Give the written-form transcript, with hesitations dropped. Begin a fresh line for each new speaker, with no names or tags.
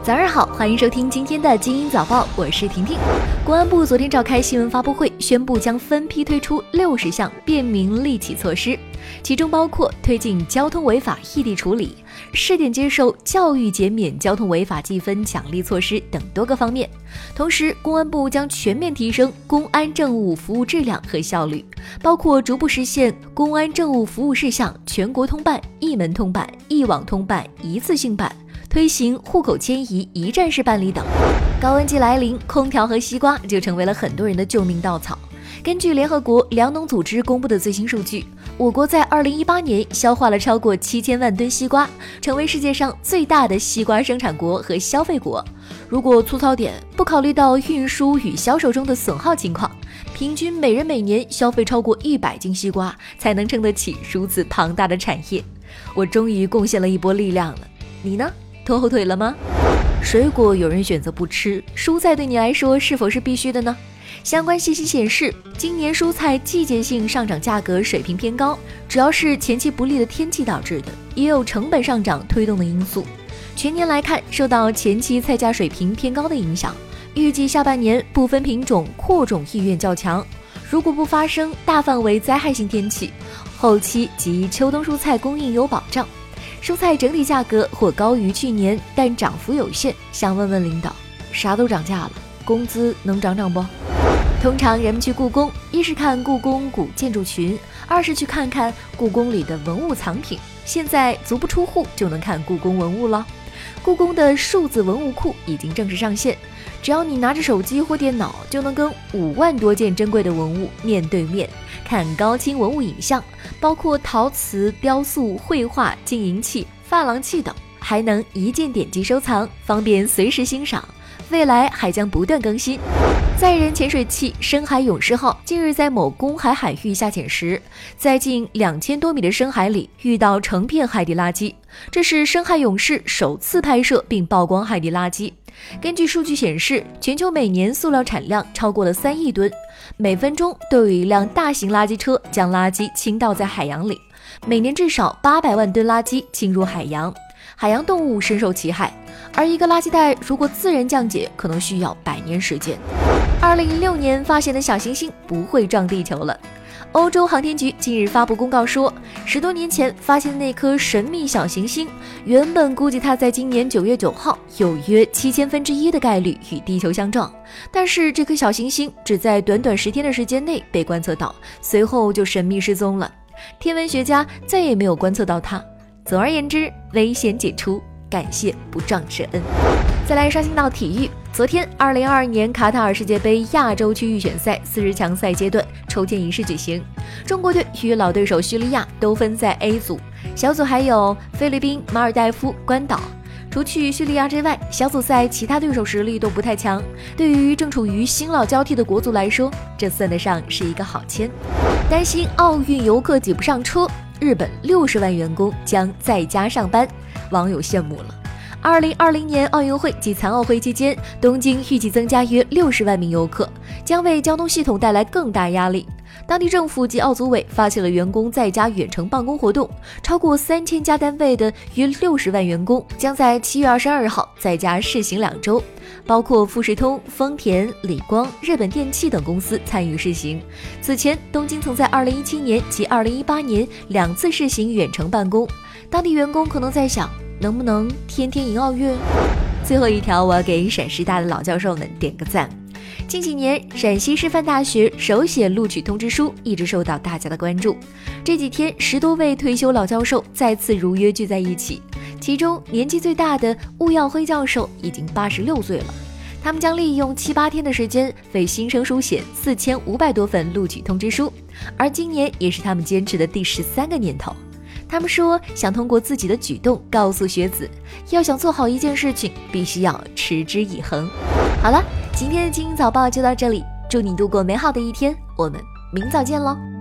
早上好，欢迎收听今天的精英早报，我是婷婷。公安部昨天召开新闻发布会，宣布将分批推出60项便民利企措施，其中包括推进交通违法异地处理、试点接受教育减免交通违法记分奖励措施等多个方面。同时，公安部将全面提升公安政务服务质量和效率，包括逐步实现公安政务服务事项全国通办、一门通办、一网通办、一次性办，推行户口迁移一站式办理等。高温季来临，空调和西瓜就成为了很多人的救命稻草。根据联合国粮农组织公布的最新数据，我国在2018年消化了超过7000万吨西瓜，成为世界上最大的西瓜生产国和消费国。如果粗糙点，不考虑到运输与销售中的损耗情况，平均每人每年消费超过100斤西瓜，才能撑得起如此庞大的产业。我终于贡献了一波力量了，你呢？拖后腿了吗？水果有人选择不吃，蔬菜对你来说是否是必须的呢？相关信息显示，今年蔬菜季节性上涨价格水平偏高，主要是前期不利的天气导致的，也有成本上涨推动的因素。全年来看，受到前期菜价水平偏高的影响，预计下半年部分品种扩种意愿较强。如果不发生大范围灾害性天气，后期及秋冬蔬菜供应有保障。蔬菜整体价格或高于去年，但涨幅有限。想问问领导，啥都涨价了，工资能涨不？通常人们去故宫，一是看故宫古建筑群，二是去看看故宫里的文物藏品。现在足不出户就能看故宫文物了。故宫的数字文物库已经正式上线，只要你拿着手机或电脑，就能跟5万多件珍贵的文物面对面看高清文物影像，包括陶瓷、雕塑、绘画、金银器、珐琅器等，还能一键点击收藏，方便随时欣赏。未来还将不断更新。载人潜水器深海勇士号近日在某公海海域下潜时，在近2000多米的深海里遇到成片海底垃圾，这是深海勇士首次拍摄并曝光海底垃圾。根据数据显示，全球每年塑料产量超过了3亿吨，每分钟都有一辆大型垃圾车将垃圾倾倒在海洋里，每年至少800万吨垃圾进入海洋，海洋动物深受其害，而一个垃圾袋如果自然降解，可能需要100年时间。2016年发现的小行星不会撞地球了。欧洲航天局近日发布公告说，10多年前发现的那颗神秘小行星，原本估计它在今年9月9号有约1/7000的概率与地球相撞，但是这颗小行星只在短短10天的时间内被观测到，随后就神秘失踪了。天文学家再也没有观测到它。总而言之，危险解除，感谢不撞之恩。再来刷新到体育，昨天2022年卡塔尔世界杯亚洲区预选赛40强赛阶段抽签仪式举行，中国队与老对手叙利亚都分在 A 组，小组还有菲律宾、马尔代夫、关岛。除去叙利亚之外，小组赛其他对手实力都不太强，对于正处于新老交替的国足来说，这算得上是一个好签。担心奥运游客挤不上车，日本60万员工将在家上班，网友羡慕了。2020年奥运会及残奥会期间，东京预计增加约60万名游客，将为交通系统带来更大压力。当地政府及奥组委发起了员工在家远程办公活动，超过3000家单位的约60万员工将在7月22号在家试行2周，包括富士通、丰田、理光、日本电器等公司参与试行。此前，东京曾在2017年及2018年2次试行远程办公，当地员工可能在想，能不能天天赢奥运？最后一条，我要给陕师大的老教授们点个赞。近几年，陕西师范大学手写录取通知书一直受到大家的关注。这几天，10多位退休老教授再次如约聚在一起，其中年纪最大的务耀辉教授已经86岁了。他们将利用7、8天的时间为新生书写4500多份录取通知书，而今年也是他们坚持的第13个年头。他们说，想通过自己的举动告诉学子，要想做好一件事情，必须要持之以恒。好了，今天的精英早报就到这里，祝你度过美好的一天，我们明早见喽。